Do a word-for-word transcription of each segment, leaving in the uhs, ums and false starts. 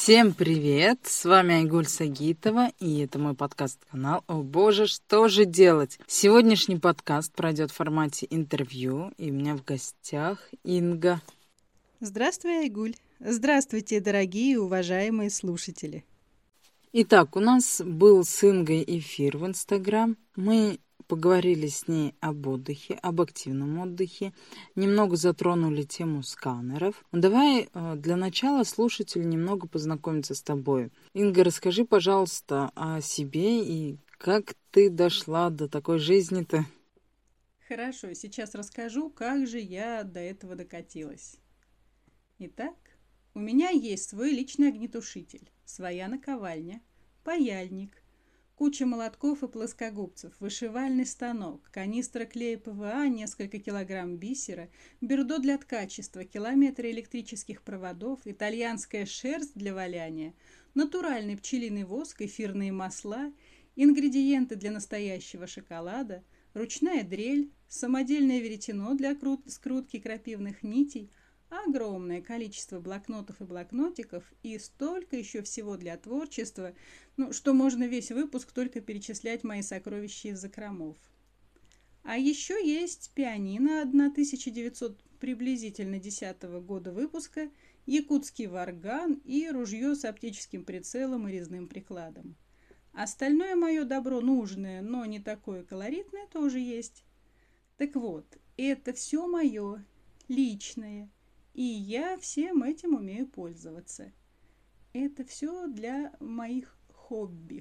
Всем привет! С вами Айгуль Сагитова, и это мой подкаст-канал «О боже, что же делать?». Сегодняшний подкаст пройдет в формате интервью, и у меня в гостях Инга. Здравствуй, Айгуль! Здравствуйте, дорогие и уважаемые слушатели! Итак, у нас был с Ингой эфир в Инстаграм. Мы поговорили с ней об отдыхе, об активном отдыхе, немного затронули тему сканеров. Давай для начала слушателю немного познакомиться с тобой. Инга, расскажи, пожалуйста, о себе и как ты дошла до такой жизни-то. Хорошо, сейчас расскажу, как же я до этого докатилась. Итак, у меня есть свой личный огнетушитель, своя наковальня, паяльник, куча молотков и плоскогубцев, вышивальный станок, канистра клея ПВА, несколько килограмм бисера, бердо для ткачества, километры электрических проводов, итальянская шерсть для валяния, натуральный пчелиный воск, эфирные масла, ингредиенты для настоящего шоколада, ручная дрель, самодельное веретено для скрутки крапивных нитей, огромное количество блокнотов и блокнотиков и столько еще всего для творчества, ну, что можно весь выпуск только перечислять мои сокровища из закромов. А еще есть пианино тысяча девятьсот приблизительно десятого года выпуска, якутский варган и ружье с оптическим прицелом и резным прикладом. Остальное мое добро нужное, но не такое колоритное, тоже есть. Так вот, это все мое, личное. И я всем этим умею пользоваться. Это все для моих хобби.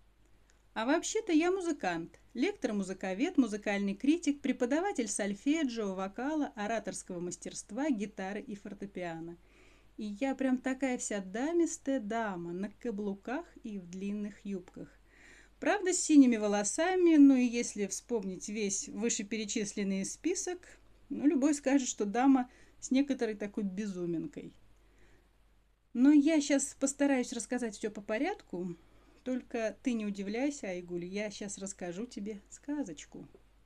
А вообще-то я музыкант, лектор-музыковед, музыкальный критик, преподаватель сольфеджио, вокала, ораторского мастерства, гитары и фортепиано. И я прям такая вся дамистая дама, на каблуках и в длинных юбках. Правда, с синими волосами, ну и если вспомнить весь вышеперечисленный список, ну, любой скажет, что дама с некоторой такой безуминкой. Но я сейчас постараюсь рассказать все по порядку. Только ты не удивляйся, Айгуль, я сейчас расскажу тебе сказочку.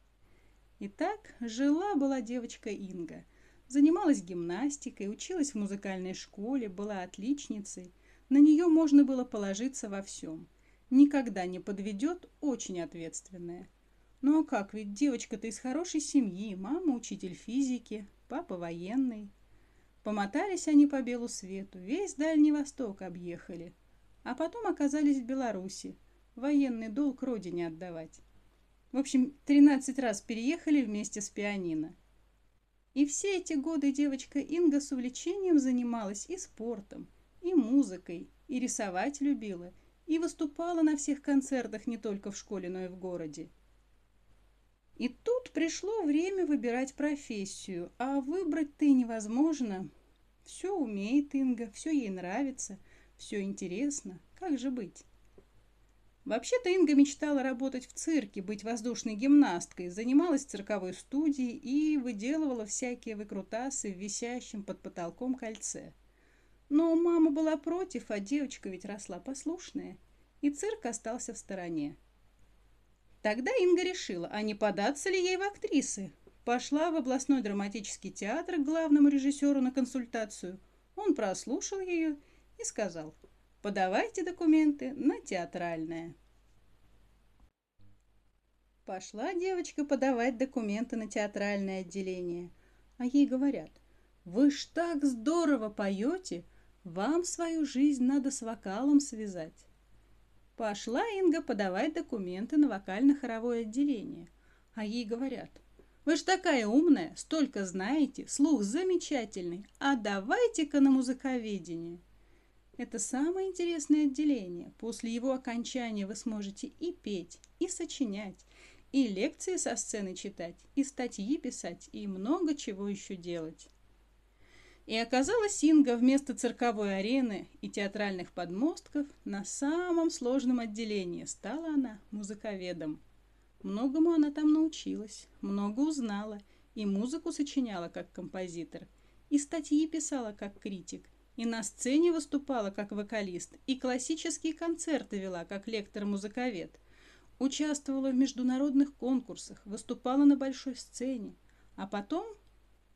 Итак, жила-была девочка Инга. Занималась гимнастикой, училась в музыкальной школе, была отличницей. На нее можно было положиться во всем. Никогда не подведет, очень ответственная. Ну а как, ведь девочка-то из хорошей семьи, мама учитель физики, папа военный. Помотались они по белу свету, весь Дальний Восток объехали. А потом оказались в Беларуси, военный долг родине отдавать. В общем, тринадцать раз переехали вместе с пианино. И все эти годы девочка Инга с увлечением занималась и спортом, и музыкой, и рисовать любила, и выступала на всех концертах не только в школе, но и в городе. И тут пришло время выбирать профессию, а выбрать-то и невозможно. Все умеет Инга, все ей нравится, все интересно. Как же быть? Вообще-то Инга мечтала работать в цирке, быть воздушной гимнасткой, занималась в цирковой студии и выделывала всякие выкрутасы в висящем под потолком кольце. Но мама была против, а девочка ведь росла послушная, и цирк остался в стороне. Тогда Инга решила, а не податься ли ей в актрисы. Пошла в областной драматический театр к главному режиссеру на консультацию. Он прослушал ее и сказал: подавайте документы на театральное. Пошла девочка подавать документы на театральное отделение. А ей говорят: вы ж так здорово поете, вам свою жизнь надо с вокалом связать. Пошла Инга подавать документы на вокально-хоровое отделение. А ей говорят: вы ж такая умная, столько знаете, слух замечательный, а давайте-ка на музыковедение. Это самое интересное отделение. После его окончания вы сможете и петь, и сочинять, и лекции со сцены читать, и статьи писать, и много чего еще делать. И оказалась Инга вместо цирковой арены и театральных подмостков на самом сложном отделении. Стала она музыковедом. Многому она там научилась, много узнала, и музыку сочиняла как композитор, и статьи писала как критик, и на сцене выступала как вокалист, и классические концерты вела как лектор-музыковед. Участвовала в международных конкурсах, выступала на большой сцене, а потом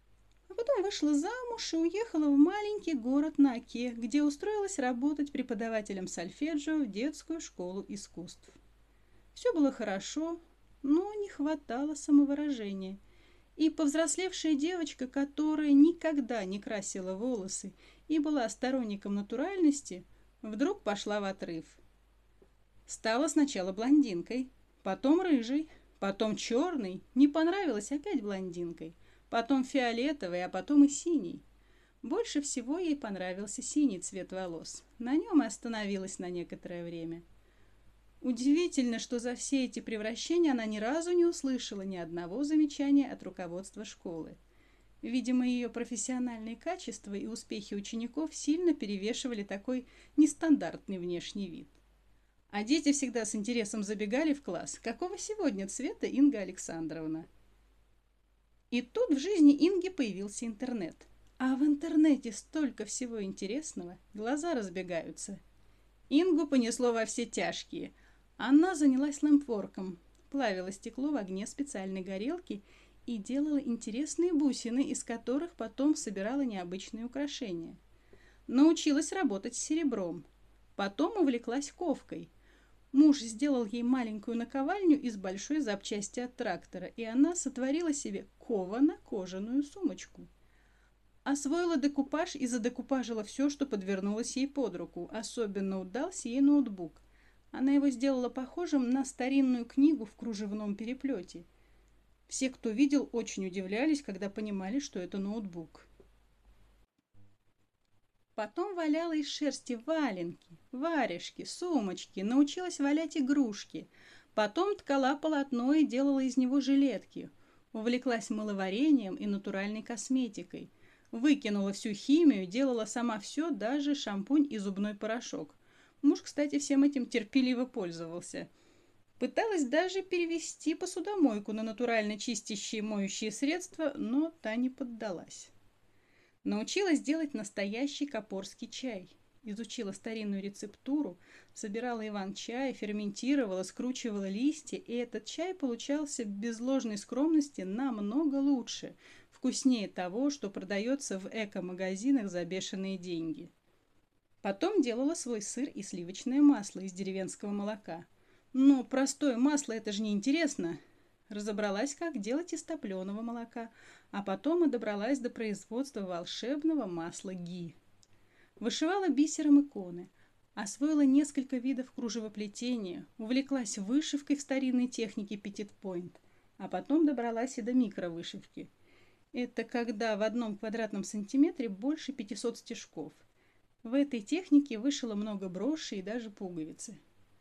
А потом вышла замуж и уехала в маленький город на Оке, где устроилась работать преподавателем сольфеджио в детскую школу искусств. Все было хорошо, но не хватало самовыражения. И повзрослевшая девочка, которая никогда не красила волосы и была сторонником натуральности, вдруг пошла в отрыв. Стала сначала блондинкой, потом рыжей, потом черной, не понравилась опять блондинкой, потом фиолетовой, а потом и синей. Больше всего ей понравился синий цвет волос. На нем и остановилась на некоторое время. Удивительно, что за все эти превращения она ни разу не услышала ни одного замечания от руководства школы. Видимо, ее профессиональные качества и успехи учеников сильно перевешивали такой нестандартный внешний вид. А дети всегда с интересом забегали в класс, какого сегодня цвета Инга Александровна. И тут в жизни Инги появился интернет. А в интернете столько всего интересного, глаза разбегаются. Ингу понесло во все тяжкие. Она занялась лэмпворком, плавила стекло в огне специальной горелки и делала интересные бусины, из которых потом собирала необычные украшения. Научилась работать с серебром. Потом увлеклась ковкой. Муж сделал ей маленькую наковальню из большой запчасти от трактора, и она сотворила себе ковано-кожаную сумочку. Освоила декупаж и задекупажила все, что подвернулось ей под руку. Особенно удался ей ноутбук. Она его сделала похожим на старинную книгу в кружевном переплете. Все, кто видел, очень удивлялись, когда понимали, что это ноутбук. Потом валяла из шерсти валенки, варежки, сумочки, научилась валять игрушки. Потом ткала полотно и делала из него жилетки. Увлеклась мыловарением и натуральной косметикой. Выкинула всю химию, делала сама все, даже шампунь и зубной порошок. Муж, кстати, всем этим терпеливо пользовался. Пыталась даже перевести посудомойку на натурально чистящие моющие средства, но та не поддалась. Научилась делать настоящий копорский чай. Изучила старинную рецептуру, собирала иван-чай, ферментировала, скручивала листья, и этот чай получался без ложной скромности намного лучше, вкуснее того, что продается в эко-магазинах за бешеные деньги. Потом делала свой сыр и сливочное масло из деревенского молока. Но простое масло – это же неинтересно. Разобралась, как делать из топленого молока, а потом и добралась до производства волшебного масла ги. Вышивала бисером иконы, освоила несколько видов кружевоплетения, увлеклась вышивкой в старинной технике петит-пойнт, а потом добралась и до микровышивки. Это когда в одном квадратном сантиметре больше пятисот стежков. В этой технике вышила много брошей и даже пуговицы.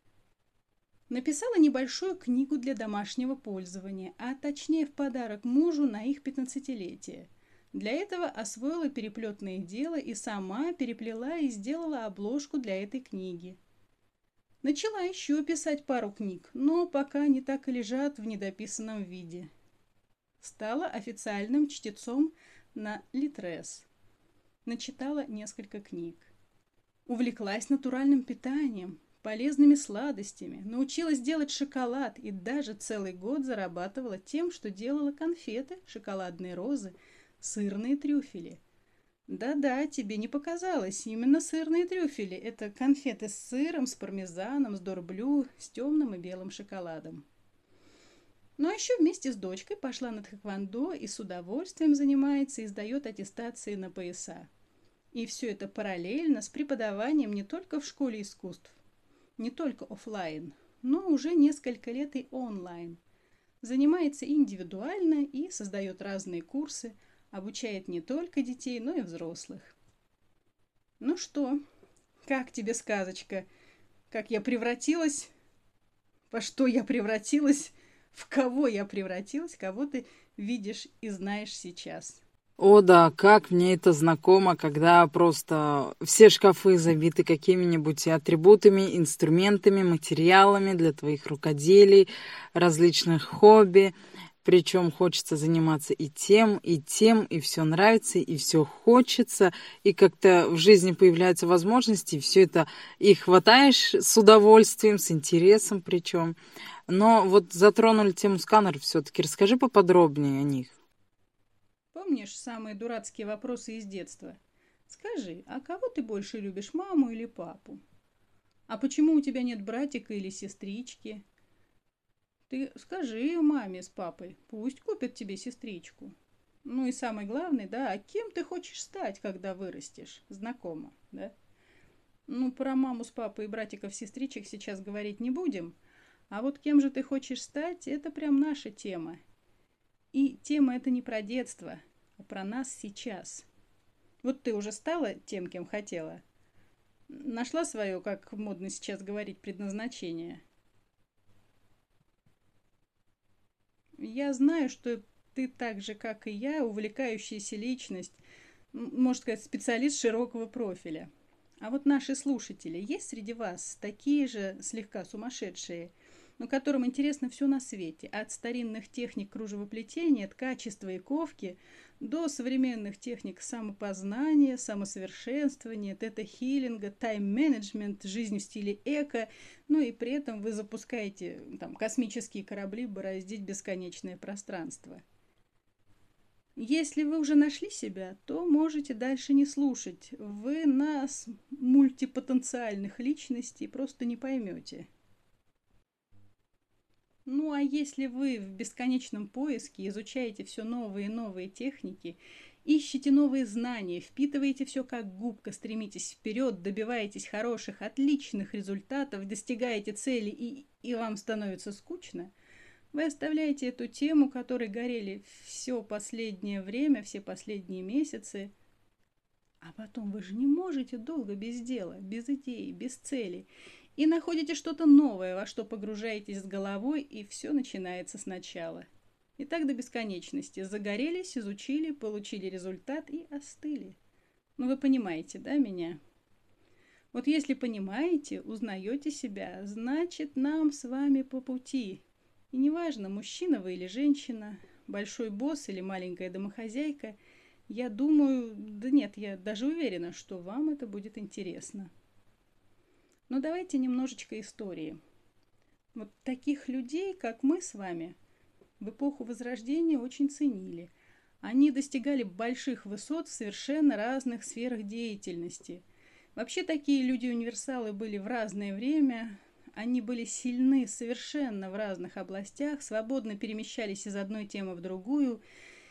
Написала небольшую книгу для домашнего пользования, а точнее в подарок мужу на их пятнадцатилетие. Для этого освоила переплетное дело и сама переплела и сделала обложку для этой книги. Начала еще писать пару книг, но пока они так и лежат в недописанном виде. Стала официальным чтецом на Литрес. Начитала несколько книг. Увлеклась натуральным питанием, полезными сладостями, научилась делать шоколад и даже целый год зарабатывала тем, что делала конфеты, шоколадные розы, сырные трюфели. Да-да, тебе не показалось, именно сырные трюфели – это конфеты с сыром, с пармезаном, с дорблю, с темным и белым шоколадом. Ну а еще вместе с дочкой пошла на тхэквондо и с удовольствием занимается и сдает аттестации на пояса. И все это параллельно с преподаванием не только в школе искусств, не только офлайн, но уже несколько лет и онлайн. Занимается индивидуально и создает разные курсы, обучает не только детей, но и взрослых. Ну что, как тебе сказочка? Как я превратилась? Во что я превратилась? В кого я превратилась? Кого ты видишь и знаешь сейчас? О да, как мне это знакомо, когда просто все шкафы забиты какими-нибудь атрибутами, инструментами, материалами для твоих рукоделий, различных хобби. Причем хочется заниматься и тем, и тем, и все нравится, и все хочется, и как-то в жизни появляются возможности, и все это и хватаешь с удовольствием, с интересом причем. Но вот затронули тему сканеров все-таки. Расскажи поподробнее о них. помнишь самые дурацкие вопросы из детства? Скажи, а кого ты больше любишь, маму или папу? А почему у тебя нет братика или сестрички? Ты скажи маме с папой, пусть купят тебе сестричку. Ну и самый главный, да, а кем ты хочешь стать, когда вырастешь? Знакомо, да? Ну, про маму с папой и братиков-сестричек сейчас говорить не будем. А вот кем же ты хочешь стать, это прям наша тема. И тема это не про детство, а про нас сейчас. Вот ты уже стала тем, кем хотела? Нашла свое, как модно сейчас говорить, предназначение? Я знаю, что ты так же, как и я, увлекающаяся личность, можно сказать, специалист широкого профиля. А вот наши слушатели, есть среди вас такие же слегка сумасшедшие, но которым интересно все на свете, от старинных техник кружевоплетения, ткачества и ковки до современных техник самопознания, самосовершенствования, тета-хиллинга, тайм-менеджмент, жизнь в стиле эко, ну и при этом вы запускаете там, космические корабли бороздить бесконечное пространство. Если вы уже нашли себя, то можете дальше не слушать. Вы нас, мультипотенциальных личностей, просто не поймете. Ну а если вы в бесконечном поиске изучаете все новые и новые техники, ищете новые знания, впитываете все как губка, стремитесь вперед, добиваетесь хороших, отличных результатов, достигаете цели и, и вам становится скучно, вы оставляете эту тему, которой горели все последнее время, все последние месяцы, а потом вы же не можете долго без дела, без идей, без цели. И находите что-то новое, во что погружаетесь с головой, и все начинается сначала. И так до бесконечности. Загорелись, изучили, получили результат и остыли. Ну вы понимаете, да, меня? Вот если понимаете, узнаете себя, значит нам с вами по пути. И неважно, мужчина вы или женщина, большой босс или маленькая домохозяйка, я думаю, да нет, я даже уверена, что вам это будет интересно. Но давайте немножечко истории. Вот таких людей, как мы с вами, в эпоху Возрождения очень ценили. Они достигали больших высот в совершенно разных сферах деятельности. Вообще такие люди-универсалы были в разное время. Они были сильны совершенно в разных областях, свободно перемещались из одной темы в другую.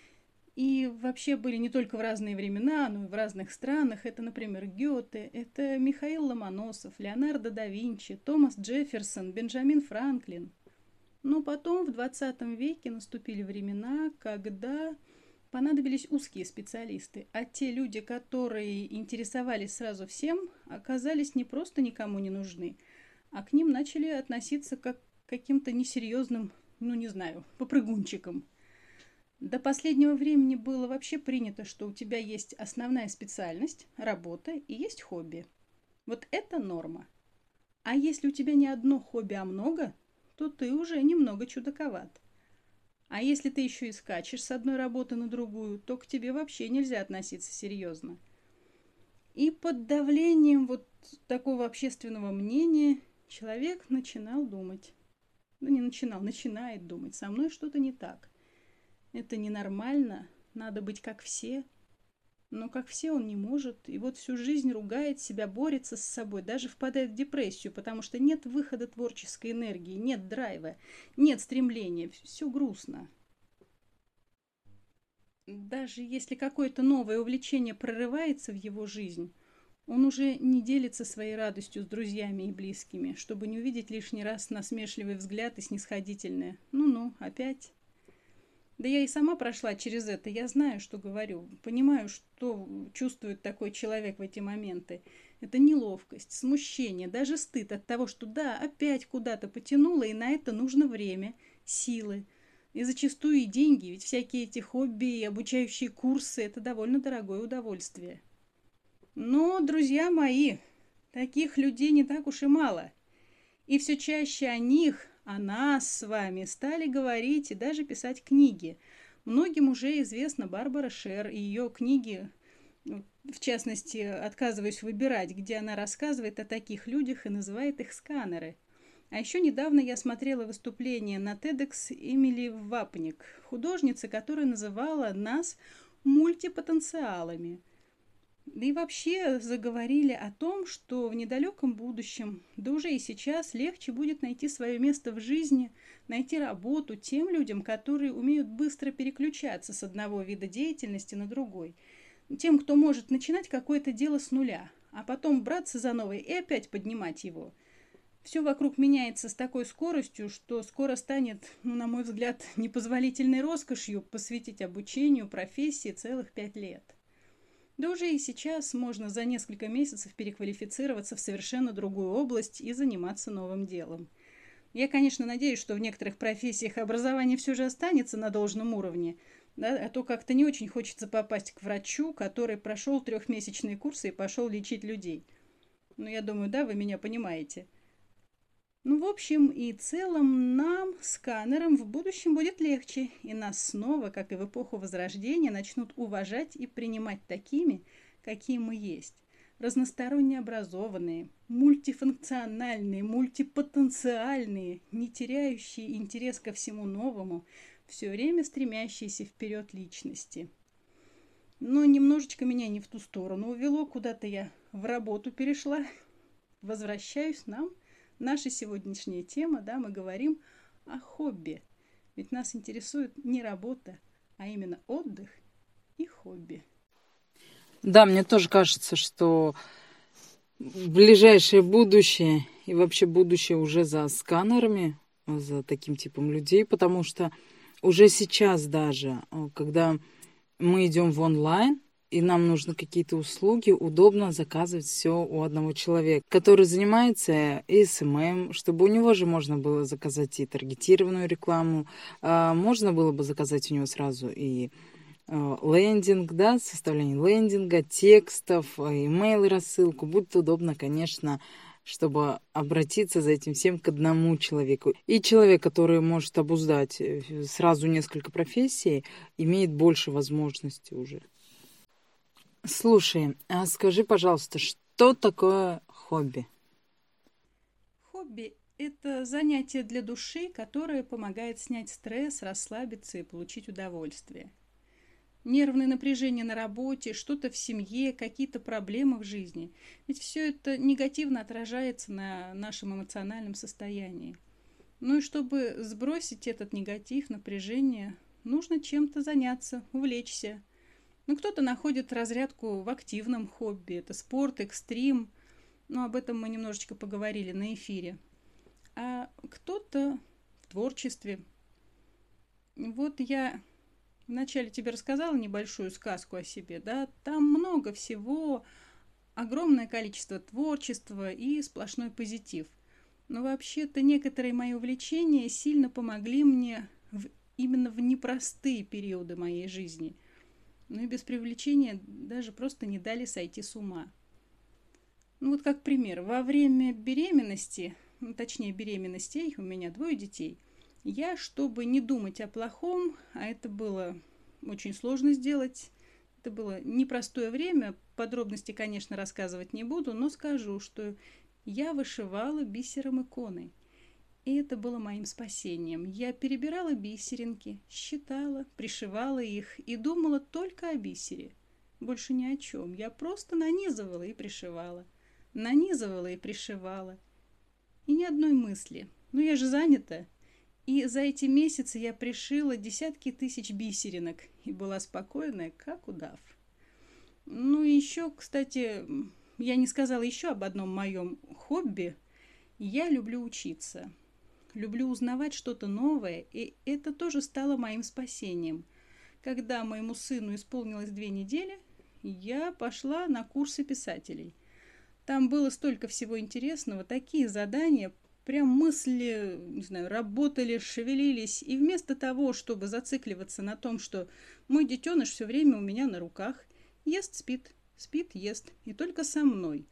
И вообще были не только в разные времена, но и в разных странах. Это, например, Гёте, это Михаил Ломоносов, Леонардо да Винчи, Томас Джефферсон, Бенджамин Франклин. Но потом в двадцатом веке наступили времена, когда понадобились узкие специалисты, а те люди, которые интересовались сразу всем, оказались не просто никому не нужны, а к ним начали относиться как к каким-то несерьезным, ну не знаю, попрыгунчикам. До последнего времени было вообще принято, что у тебя есть основная специальность, работа и есть хобби. Вот это норма. А если у тебя не одно хобби, а много, то ты уже немного чудаковат. А если ты еще и скачешь с одной работы на другую, то к тебе вообще нельзя относиться серьезно. И под давлением вот такого общественного мнения человек начинал думать. Ну не начинал, начинает думать. Со мной что-то не так. Это ненормально, надо быть как все. Но как все он не может. И вот всю жизнь ругает себя, борется с собой, даже впадает в депрессию, потому что нет выхода творческой энергии, нет драйва, нет стремления, все грустно. Даже если какое-то новое увлечение прорывается в его жизнь, он уже не делится своей радостью с друзьями и близкими, чтобы не увидеть лишний раз насмешливый взгляд и снисходительное. Ну-ну, опять... Да я и сама прошла через это, я знаю, что говорю, понимаю, что чувствует такой человек в эти моменты. Это неловкость, смущение, даже стыд от того, что да, опять куда-то потянуло, и на это нужно время, силы. И зачастую и деньги, ведь всякие эти хобби и обучающие курсы – это довольно дорогое удовольствие. Но, друзья мои, таких людей не так уж и мало. И все чаще о них, о нас с вами стали говорить и даже писать книги. Многим уже известна Барбара Шер и ее книги, в частности, «Отказываюсь выбирать», где она рассказывает о таких людях и называет их сканеры. А еще недавно я смотрела выступление на TEDx Эмили Вапник, художницы, которая называла нас мультипотенциалами. Да и вообще заговорили о том, что в недалеком будущем, да уже и сейчас, легче будет найти свое место в жизни, найти работу тем людям, которые умеют быстро переключаться с одного вида деятельности на другой. Тем, кто может начинать какое-то дело с нуля, а потом браться за новое и опять поднимать его. Все вокруг меняется с такой скоростью, что скоро станет, ну, на мой взгляд, непозволительной роскошью посвятить обучению профессии целых пять лет. Да уже и сейчас можно за несколько месяцев переквалифицироваться в совершенно другую область и заниматься новым делом. Я, конечно, надеюсь, что в некоторых профессиях образование все же останется на должном уровне, да, а то как-то не очень хочется попасть к врачу, который прошел трехмесячные курсы и пошел лечить людей. Ну, я думаю, да, вы меня понимаете. Ну, в общем и целом, нам, сканерам, в будущем будет легче, и нас снова, как и в эпоху Возрождения, начнут уважать и принимать такими, какие мы есть. Разносторонне образованные, мультифункциональные, мультипотенциальные, не теряющие интерес ко всему новому, все время стремящиеся вперед личности. Но немножечко меня не в ту сторону увело, куда-то я в работу перешла. Возвращаюсь нам. Наша сегодняшняя тема, да, мы говорим о хобби. Ведь нас интересует не работа, а именно отдых и хобби. Да, мне тоже кажется, что ближайшее будущее и вообще будущее уже за сканерами, за таким типом людей, потому что уже сейчас даже, когда мы идем в онлайн, и нам нужны какие-то услуги, удобно заказывать все у одного человека, который занимается эс эм эм, чтобы у него же можно было заказать и таргетированную рекламу, можно было бы заказать у него сразу и лендинг, да, составление лендинга, текстов, имейл, рассылку. Будет удобно, конечно, чтобы обратиться за этим всем к одному человеку. И человек, который может обуздать сразу несколько профессий, имеет больше возможностей уже. Слушай, а скажи, пожалуйста, что такое хобби? Хобби – это занятие для души, которое помогает снять стресс, расслабиться и получить удовольствие. Нервное напряжение на работе, что-то в семье, какие-то проблемы в жизни. Ведь все это негативно отражается на нашем эмоциональном состоянии. Ну и чтобы сбросить этот негатив, напряжение, нужно чем-то заняться, увлечься. Ну, кто-то находит разрядку в активном хобби. Это спорт, экстрим. Ну, об этом мы немножечко поговорили на эфире. А кто-то в творчестве. Вот я вначале тебе рассказала небольшую сказку о себе, да? Там много всего, огромное количество творчества и сплошной позитив. Но вообще-то некоторые мои увлечения сильно помогли мне в, именно в непростые периоды моей жизни. Ну и без привлечения даже просто не дали сойти с ума. Ну вот как пример, во время беременности, ну, точнее беременностей, у меня двое детей, я, чтобы не думать о плохом, а это было очень сложно сделать, это было непростое время, подробности, конечно, рассказывать не буду, но скажу, что я вышивала бисером иконы. И это было моим спасением. Я перебирала бисеринки, считала, пришивала их и думала только о бисере. Больше ни о чем. Я просто нанизывала и пришивала. Нанизывала и пришивала. И ни одной мысли. Ну, я же занята. И за эти месяцы я пришила десятки тысяч бисеринок и была спокойная, как удав. Ну, и еще, кстати, я не сказала еще об одном моем хобби. Я люблю учиться. Люблю узнавать что-то новое, и это тоже стало моим спасением. Когда моему сыну исполнилось две недели, я пошла на курсы писателей. Там было столько всего интересного, такие задания, прям мысли, не знаю, работали, шевелились. И вместо того, чтобы зацикливаться на том, что мой детеныш все время у меня на руках, ест, спит, спит, ест, и только со мной.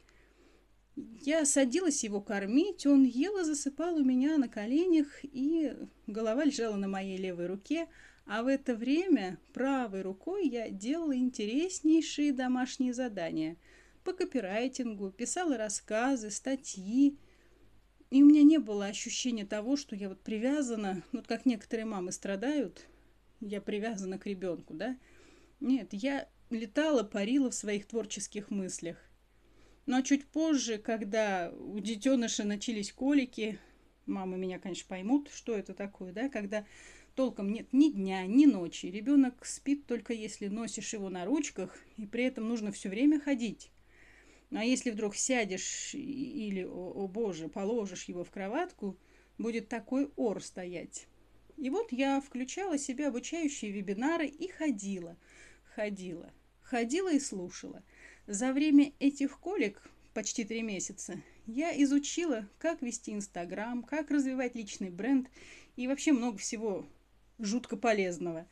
Я садилась его кормить, он ел и засыпал у меня на коленях, и голова лежала на моей левой руке, а в это время правой рукой я делала интереснейшие домашние задания по копирайтингу, писала рассказы, статьи. И у меня не было ощущения того, что я вот привязана, ну, вот как некоторые мамы страдают, я привязана к ребенку, да. Нет, я летала, парила в своих творческих мыслях. Ну а чуть позже, когда у детеныша начались колики, мамы меня, конечно, поймут, что это такое, да, когда толком нет ни дня, ни ночи. Ребенок спит только если носишь его на ручках, и при этом нужно все время ходить. Ну, а если вдруг сядешь или, о, о боже, положишь его в кроватку, будет такой ор стоять. И вот я включала себе обучающие вебинары и ходила, ходила, ходила и слушала. За время этих колик, почти три месяца, я изучила, как вести Инстаграм, как развивать личный бренд и вообще много всего жутко полезного.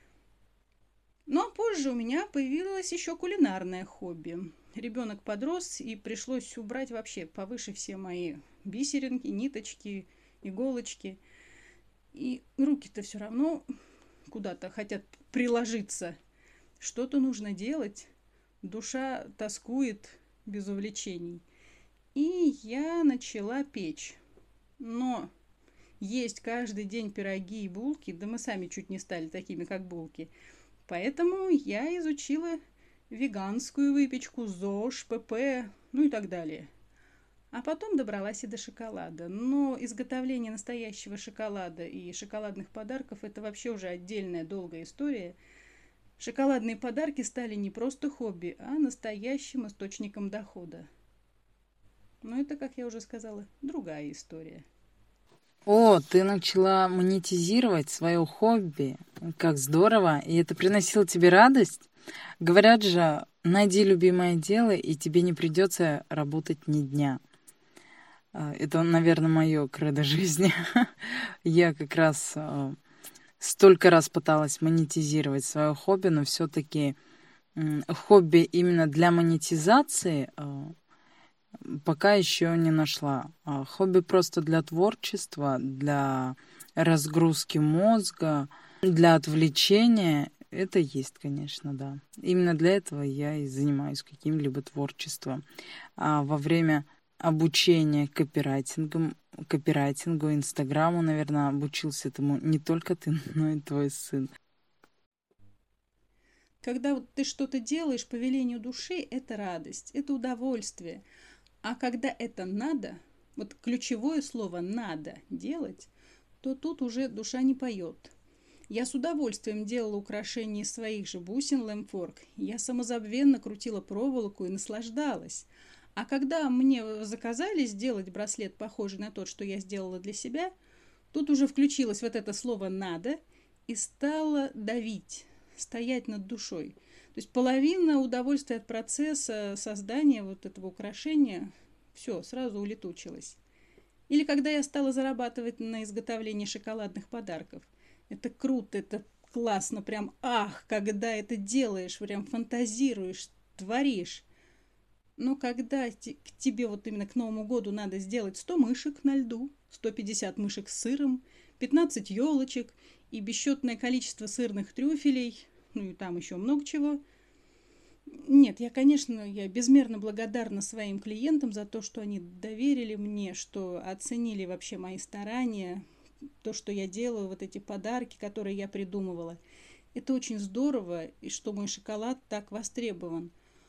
Ну а позже у меня появилось еще кулинарное хобби. Ребенок подрос, и пришлось убрать вообще повыше все мои бисеринки, ниточки, иголочки. И руки-то все равно куда-то хотят приложиться. Что-то нужно делать. Душа тоскует без увлечений. И я начала печь. Но есть каждый день пироги и булки, да мы сами чуть не стали такими, как булки. Поэтому я изучила веганскую выпечку, ЗОЖ, ПП, ну и так далее. А потом добралась и до шоколада. Но изготовление настоящего шоколада и шоколадных подарков – это вообще уже отдельная долгая история. Шоколадные подарки стали не просто хобби, а настоящим источником дохода. Но это, как я уже сказала, другая история. О, ты начала монетизировать свое хобби. Как здорово. И это приносило тебе радость? Говорят же, найди любимое дело, и тебе не придется работать ни дня. Это, наверное, мое кредо жизни. Я как раз столько раз пыталась монетизировать свое хобби, но все-таки хобби именно для монетизации пока еще не нашла. Хобби просто для творчества, для разгрузки мозга, для отвлечения. Это есть, конечно, да. Именно для этого я и занимаюсь каким-либо творчеством. А во время обучения копирайтингу, копирайтингу, Инстаграму, наверное, обучился этому не только ты, но и твой сын. Когда вот ты что-то делаешь по велению души, это радость, это удовольствие. А когда это надо, вот ключевое слово «надо» делать, то тут уже душа не поет. Я с удовольствием делала украшения из своих же бусин лэмфорк. Я самозабвенно крутила проволоку и наслаждалась. А когда мне заказали сделать браслет, похожий на тот, что я сделала для себя, тут уже включилось вот это слово «надо» и стало давить, стоять над душой. То есть половина удовольствия от процесса создания вот этого украшения все, сразу улетучилась. Или когда я стала зарабатывать на изготовлении шоколадных подарков. Это круто, это классно, прям ах, когда это делаешь, прям фантазируешь, творишь. Но когда к тебе вот именно к Новому году надо сделать сто мышек на льду, сто пятьдесят мышек с сыром, пятнадцать елочек и бесчетное количество сырных трюфелей, ну и там еще много чего. Нет, я, конечно, я безмерно благодарна своим клиентам за то, что они доверили мне, что оценили вообще мои старания, то, что я делаю, вот эти подарки, которые я придумывала. Это очень здорово, и что мой шоколад так востребован.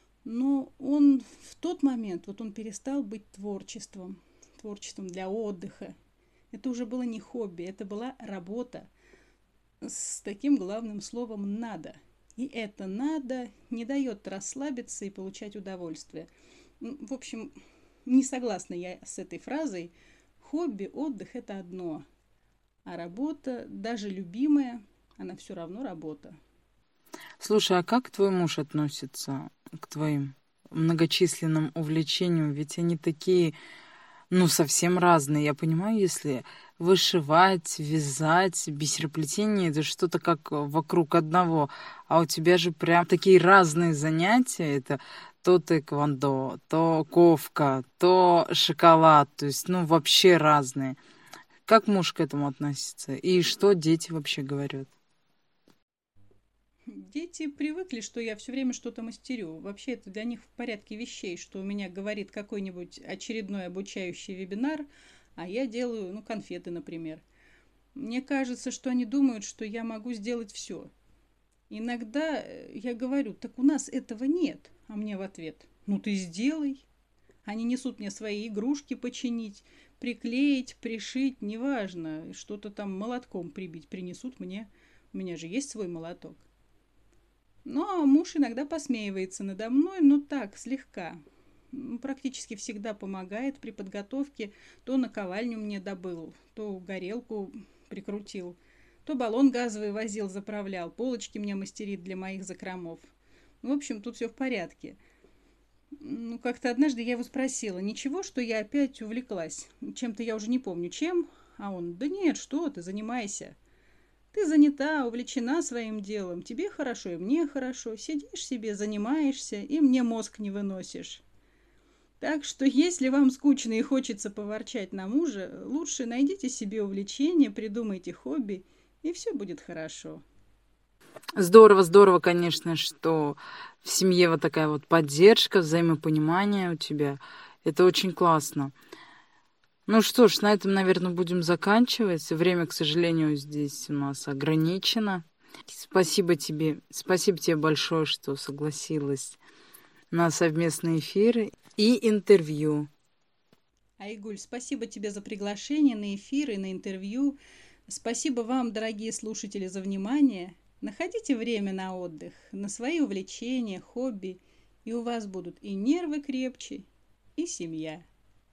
Но он в тот момент, вот он перестал быть творчеством, творчеством для отдыха. Это уже было не хобби, это была работа с таким главным словом «надо». И это «надо» не дает расслабиться и получать удовольствие. В общем, не согласна я с этой фразой. Хобби, отдых – это одно. А работа, даже любимая, она все равно работа. Слушай, а как твой муж относится к твоим многочисленным увлечениям? Ведь они такие, ну, совсем разные. Я понимаю, если вышивать, вязать, бисероплетение, это что-то как вокруг одного. А у тебя же прям такие разные занятия. Это то тэквондо, то ковка, то шоколад. То есть, ну, вообще разные. Как муж к этому относится? И что дети вообще говорят? Дети привыкли, что я все время что-то мастерю. Вообще это для них в порядке вещей, что у меня говорит какой-нибудь очередной обучающий вебинар, а я делаю, ну, конфеты, например. Мне кажется, что они думают, что я могу сделать все. Иногда я говорю: так у нас этого нет. А мне в ответ: ну ты сделай. Они несут мне свои игрушки починить, приклеить, пришить, неважно, что-то там молотком прибить принесут мне. У меня же есть свой молоток. Ну, а муж иногда посмеивается надо мной, ну так, слегка. Практически всегда помогает при подготовке. То наковальню мне добыл, то горелку прикрутил, то баллон газовый возил, заправлял, полочки мне мастерит для моих закромов. В общем, тут все в порядке. Ну, как-то однажды я его спросила: ничего, что я опять увлеклась? Чем-то я уже не помню чем. А он: да нет, что ты, занимайся. Ты занята, увлечена своим делом. Тебе хорошо, и мне хорошо. Сидишь себе, занимаешься, и мне мозг не выносишь. Так что, если вам скучно и хочется поворчать на мужа, лучше найдите себе увлечение, придумайте хобби, и все будет хорошо. Здорово, здорово, конечно, что в семье вот такая вот поддержка, взаимопонимание у тебя. Это очень классно. Ну что ж, на этом, наверное, будем заканчивать. Время, к сожалению, здесь у нас ограничено. Спасибо тебе, спасибо тебе большое, что согласилась на совместный эфир и интервью. Айгуль, спасибо тебе за приглашение на эфир и на интервью. Спасибо вам, дорогие слушатели, за внимание. Находите время на отдых, на свои увлечения, хобби, и у вас будут и нервы крепче, и семья.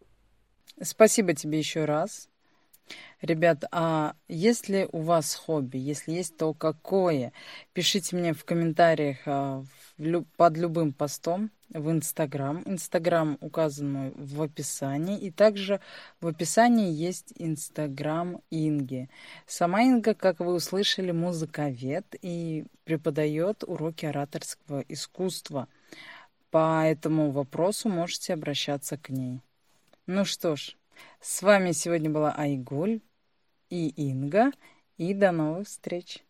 Спасибо тебе еще раз. Ребят, а если у вас хобби, если есть, то какое? Пишите мне в комментариях под любым постом в Инстаграм. Инстаграм указан мой в описании. И также в описании есть Инстаграм Инги. Сама Инга, как вы услышали, музыковед и преподает уроки ораторского искусства. По этому вопросу можете обращаться к ней. Ну что ж, с вами сегодня была Айгуль и Инга. И до новых встреч!